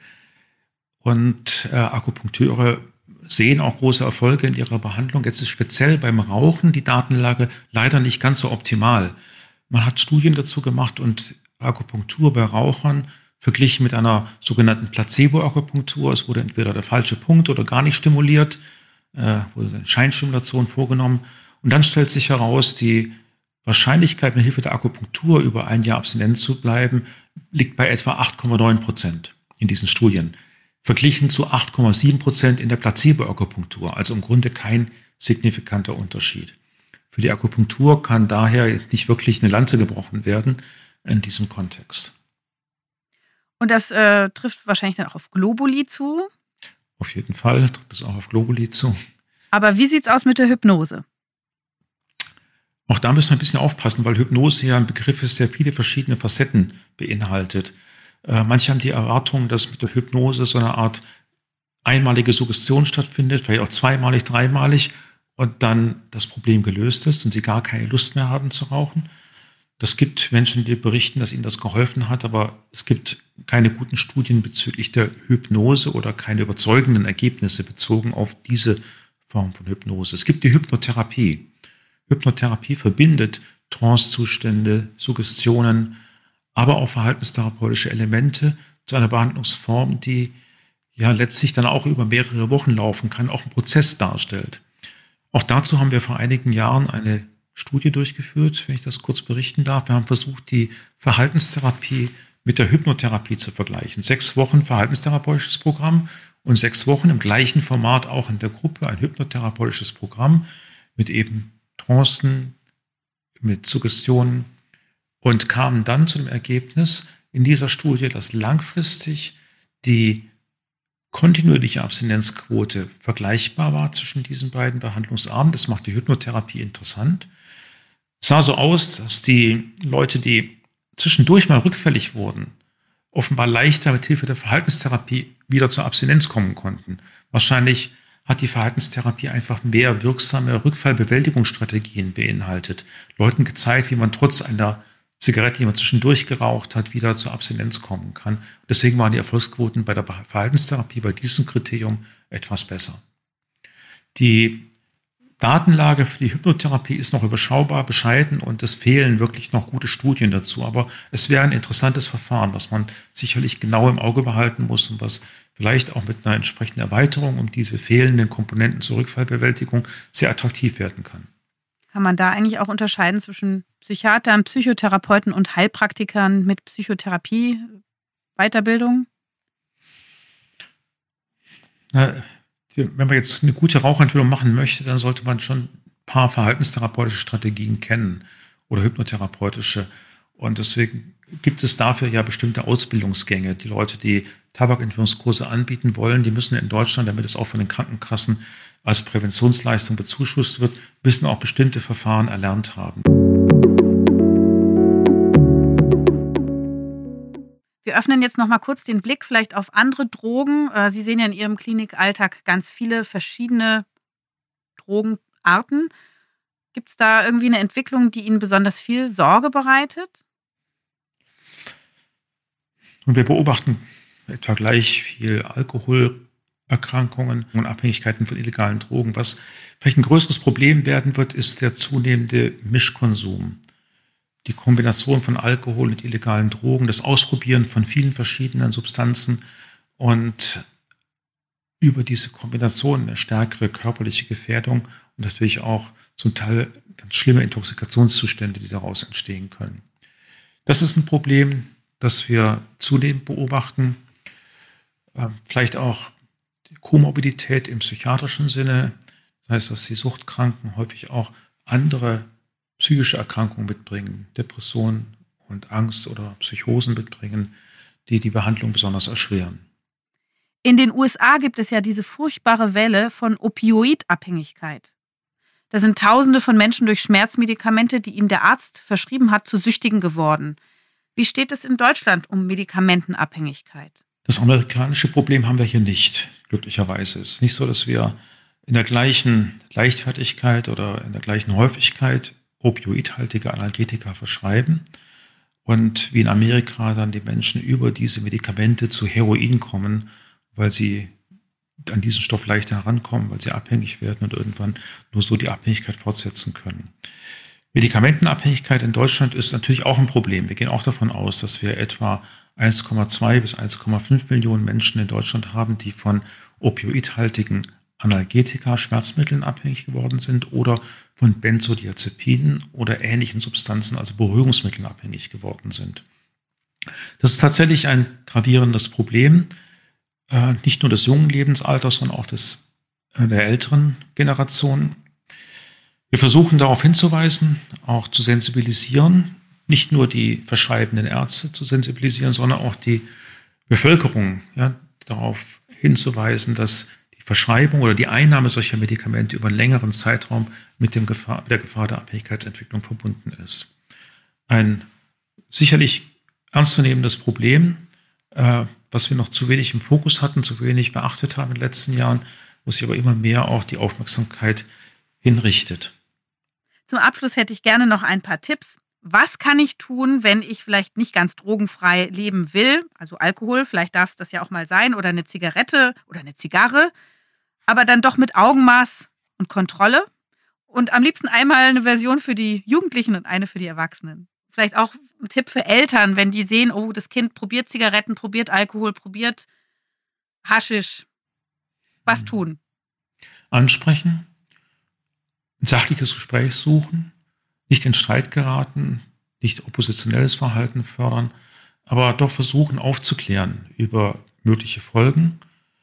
Und Akupunkteure sehen auch große Erfolge in ihrer Behandlung. Jetzt ist speziell beim Rauchen die Datenlage leider nicht ganz so optimal. Man hat Studien dazu gemacht und Akupunktur bei Rauchern verglichen mit einer sogenannten Placebo-Akupunktur. Es wurde entweder der falsche Punkt oder gar nicht stimuliert, wurde eine Scheinstimulation vorgenommen. Und dann stellt sich heraus, die Wahrscheinlichkeit, mit Hilfe der Akupunktur über ein Jahr abstinent zu bleiben, liegt bei etwa 8,9% in diesen Studien. Verglichen zu 8,7% in der Placebo-Akupunktur, also im Grunde kein signifikanter Unterschied. Für die Akupunktur kann daher nicht wirklich eine Lanze gebrochen werden in diesem Kontext. Und das trifft wahrscheinlich dann auch auf Globuli zu? Auf jeden Fall trifft es auch auf Globuli zu. Aber wie sieht es aus mit der Hypnose? Auch da müssen wir ein bisschen aufpassen, weil Hypnose ja ein Begriff ist, der viele verschiedene Facetten beinhaltet. Manche haben die Erwartung, dass mit der Hypnose so eine Art einmalige Suggestion stattfindet, vielleicht auch zweimalig, dreimalig und dann das Problem gelöst ist und sie gar keine Lust mehr haben zu rauchen. Das gibt Menschen, die berichten, dass ihnen das geholfen hat, aber es gibt keine guten Studien bezüglich der Hypnose oder keine überzeugenden Ergebnisse bezogen auf diese Form von Hypnose. Es gibt die Hypnotherapie. Hypnotherapie verbindet Trancezustände, Suggestionen, aber auch verhaltenstherapeutische Elemente zu einer Behandlungsform, die ja letztlich dann auch über mehrere Wochen laufen kann, auch einen Prozess darstellt. Auch dazu haben wir vor einigen Jahren eine Studie durchgeführt, wenn ich das kurz berichten darf. Wir haben versucht, die Verhaltenstherapie mit der Hypnotherapie zu vergleichen. 6 Wochen verhaltenstherapeutisches Programm und 6 Wochen im gleichen Format auch in der Gruppe ein hypnotherapeutisches Programm mit eben Trancen, mit Suggestionen und kamen dann zu dem Ergebnis in dieser Studie, dass langfristig die kontinuierliche Abstinenzquote vergleichbar war zwischen diesen beiden Behandlungsarten. Das macht die Hypnotherapie interessant. Es sah so aus, dass die Leute, die zwischendurch mal rückfällig wurden, offenbar leichter mit Hilfe der Verhaltenstherapie wieder zur Abstinenz kommen konnten. Wahrscheinlich hat die Verhaltenstherapie einfach mehr wirksame Rückfallbewältigungsstrategien beinhaltet. Leuten gezeigt, wie man trotz einer Zigarette, die man zwischendurch geraucht hat, wieder zur Abstinenz kommen kann. Deswegen waren die Erfolgsquoten bei der Verhaltenstherapie bei diesem Kriterium etwas besser. Die Datenlage für die Hypnotherapie ist noch überschaubar, bescheiden und es fehlen wirklich noch gute Studien dazu. Aber es wäre ein interessantes Verfahren, was man sicherlich genau im Auge behalten muss und was vielleicht auch mit einer entsprechenden Erweiterung um diese fehlenden Komponenten zur Rückfallbewältigung sehr attraktiv werden kann. Kann man da eigentlich auch unterscheiden zwischen Psychiatern, Psychotherapeuten und Heilpraktikern mit Psychotherapie-Weiterbildung? Wenn man jetzt eine gute Rauchentwöhnung machen möchte, dann sollte man schon ein paar verhaltenstherapeutische Strategien kennen oder hypnotherapeutische. Und deswegen gibt es dafür ja bestimmte Ausbildungsgänge. Die Leute, die Tabakentwöhnungskurse anbieten wollen, die müssen in Deutschland, damit es auch von den Krankenkassen als Präventionsleistung bezuschusst wird, müssen auch bestimmte Verfahren erlernt haben. Wir öffnen jetzt noch mal kurz den Blick vielleicht auf andere Drogen. Sie sehen ja in Ihrem Klinikalltag ganz viele verschiedene Drogenarten. Gibt es da irgendwie eine Entwicklung, die Ihnen besonders viel Sorge bereitet? Und wir beobachten etwa gleich viel Alkoholerkrankungen und Abhängigkeiten von illegalen Drogen. Was vielleicht ein größeres Problem werden wird, ist der zunehmende Mischkonsum. Die Kombination von Alkohol und illegalen Drogen, das Ausprobieren von vielen verschiedenen Substanzen und über diese Kombination eine stärkere körperliche Gefährdung und natürlich auch zum Teil ganz schlimme Intoxikationszustände, die daraus entstehen können. Das ist ein Problem, das wir zunehmend beobachten. Vielleicht auch die Komorbidität im psychiatrischen Sinne. Das heißt, dass die Suchtkranken häufig auch andere psychische Erkrankungen mitbringen, Depressionen und Angst oder Psychosen mitbringen, die die Behandlung besonders erschweren. In den USA gibt es ja diese furchtbare Welle von Opioidabhängigkeit. Da sind Tausende von Menschen durch Schmerzmedikamente, die ihnen der Arzt verschrieben hat, zu Süchtigen geworden. Wie steht es in Deutschland um Medikamentenabhängigkeit? Das amerikanische Problem haben wir hier nicht, glücklicherweise. Es ist nicht so, dass wir in der gleichen Leichtfertigkeit oder in der gleichen Häufigkeit opioidhaltige Analgetika verschreiben und wie in Amerika dann die Menschen über diese Medikamente zu Heroin kommen, weil sie an diesen Stoff leichter herankommen, weil sie abhängig werden und irgendwann nur so die Abhängigkeit fortsetzen können. Medikamentenabhängigkeit in Deutschland ist natürlich auch ein Problem. Wir gehen auch davon aus, dass wir etwa 1,2 bis 1,5 Millionen Menschen in Deutschland haben, die von opioidhaltigen Analgetika, Schmerzmitteln abhängig geworden sind oder von Benzodiazepinen oder ähnlichen Substanzen, also Beruhigungsmitteln abhängig geworden sind. Das ist tatsächlich ein gravierendes Problem, nicht nur des jungen Lebensalters, sondern auch der älteren Generation. Wir versuchen darauf hinzuweisen, auch zu sensibilisieren, nicht nur die verschreibenden Ärzte zu sensibilisieren, sondern auch die Bevölkerung, ja, darauf hinzuweisen, dass die Verschreibung oder die Einnahme solcher Medikamente über einen längeren Zeitraum mit der Gefahr der Abhängigkeitsentwicklung verbunden ist. Ein sicherlich ernstzunehmendes Problem, was wir noch zu wenig im Fokus hatten, zu wenig beachtet haben in den letzten Jahren, wo sich aber immer mehr auch die Aufmerksamkeit hinrichtet. Zum Abschluss hätte ich gerne noch ein paar Tipps. Was kann ich tun, wenn ich vielleicht nicht ganz drogenfrei leben will? Also Alkohol, vielleicht darf es das ja auch mal sein, oder eine Zigarette oder eine Zigarre, aber dann doch mit Augenmaß und Kontrolle. Und am liebsten einmal eine Version für die Jugendlichen und eine für die Erwachsenen. Vielleicht auch ein Tipp für Eltern, wenn die sehen, oh, das Kind probiert Zigaretten, probiert Alkohol, probiert Haschisch. Was tun? Ansprechen, ein sachliches Gespräch suchen, nicht in Streit geraten, nicht oppositionelles Verhalten fördern, aber doch versuchen aufzuklären über mögliche Folgen.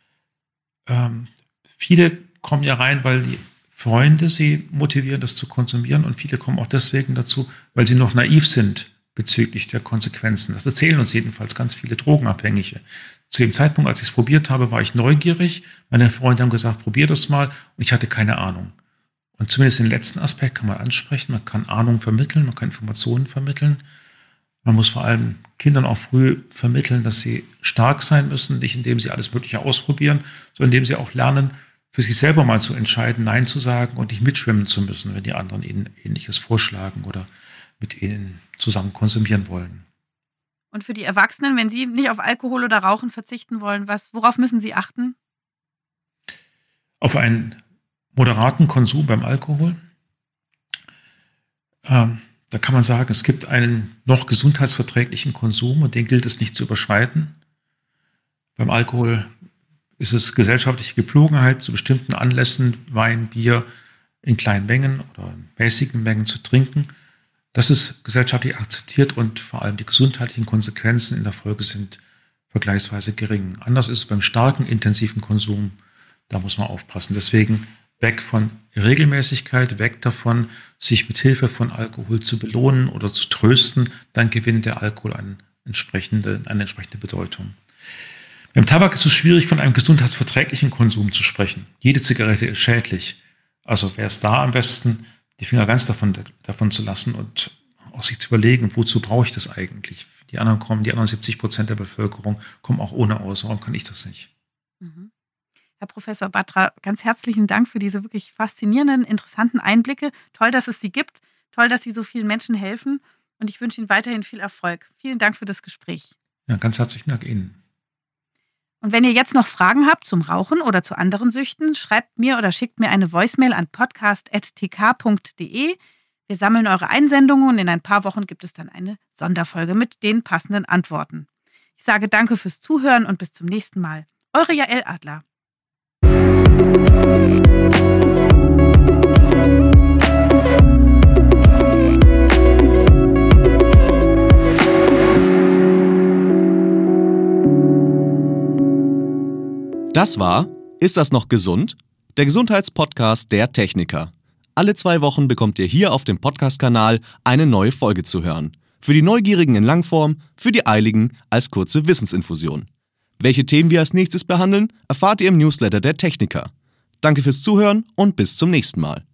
Viele kommen ja rein, weil die Freunde sie motivieren, das zu konsumieren, und viele kommen auch deswegen dazu, weil sie noch naiv sind bezüglich der Konsequenzen. Das erzählen uns jedenfalls ganz viele Drogenabhängige. Zu dem Zeitpunkt, als ich es probiert habe, war ich neugierig. Meine Freunde haben gesagt, probier das mal, und ich hatte keine Ahnung. Und zumindest den letzten Aspekt kann man ansprechen. Man kann Ahnung vermitteln, man kann Informationen vermitteln. Man muss vor allem Kindern auch früh vermitteln, dass sie stark sein müssen, nicht indem sie alles Mögliche ausprobieren, sondern indem sie auch lernen, für sich selber mal zu entscheiden, Nein zu sagen und nicht mitschwimmen zu müssen, wenn die anderen ihnen Ähnliches vorschlagen oder mit ihnen zusammen konsumieren wollen. Und für die Erwachsenen, wenn sie nicht auf Alkohol oder Rauchen verzichten wollen, worauf müssen sie achten? Auf einen moderaten Konsum beim Alkohol. Da kann man sagen, es gibt einen noch gesundheitsverträglichen Konsum und den gilt es nicht zu überschreiten. Beim Alkohol ist es gesellschaftliche Gepflogenheit, zu bestimmten Anlässen Wein, Bier in kleinen Mengen oder in mäßigen Mengen zu trinken. Das ist gesellschaftlich akzeptiert und vor allem die gesundheitlichen Konsequenzen in der Folge sind vergleichsweise gering. Anders ist es beim starken, intensiven Konsum. Da muss man aufpassen. Deswegen weg von Regelmäßigkeit, weg davon, sich mit Hilfe von Alkohol zu belohnen oder zu trösten. Dann gewinnt der Alkohol eine entsprechende Bedeutung. Beim Tabak ist es schwierig, von einem gesundheitsverträglichen Konsum zu sprechen. Jede Zigarette ist schädlich. Also wäre es da am besten, die Finger ganz davon zu lassen und auch sich zu überlegen, wozu brauche ich das eigentlich? Die anderen 70% der Bevölkerung kommen auch ohne aus. Warum kann ich das nicht? Mhm. Herr Professor Batra, ganz herzlichen Dank für diese wirklich faszinierenden, interessanten Einblicke. Toll, dass es sie gibt. Toll, dass Sie so vielen Menschen helfen. Und ich wünsche Ihnen weiterhin viel Erfolg. Vielen Dank für das Gespräch. Ja, ganz herzlichen Dank Ihnen. Und wenn ihr jetzt noch Fragen habt zum Rauchen oder zu anderen Süchten, schreibt mir oder schickt mir eine Voicemail an podcast@tk.de. Wir sammeln eure Einsendungen und in ein paar Wochen gibt es dann eine Sonderfolge mit den passenden Antworten. Ich sage danke fürs Zuhören und bis zum nächsten Mal. Eure Jael Adler. Das war Ist das noch gesund? Der Gesundheitspodcast der Techniker. Alle 2 Wochen bekommt ihr hier auf dem Podcast-Kanal eine neue Folge zu hören. Für die Neugierigen in Langform, für die Eiligen als kurze Wissensinfusion. Welche Themen wir als nächstes behandeln, erfahrt ihr im Newsletter der Techniker. Danke fürs Zuhören und bis zum nächsten Mal.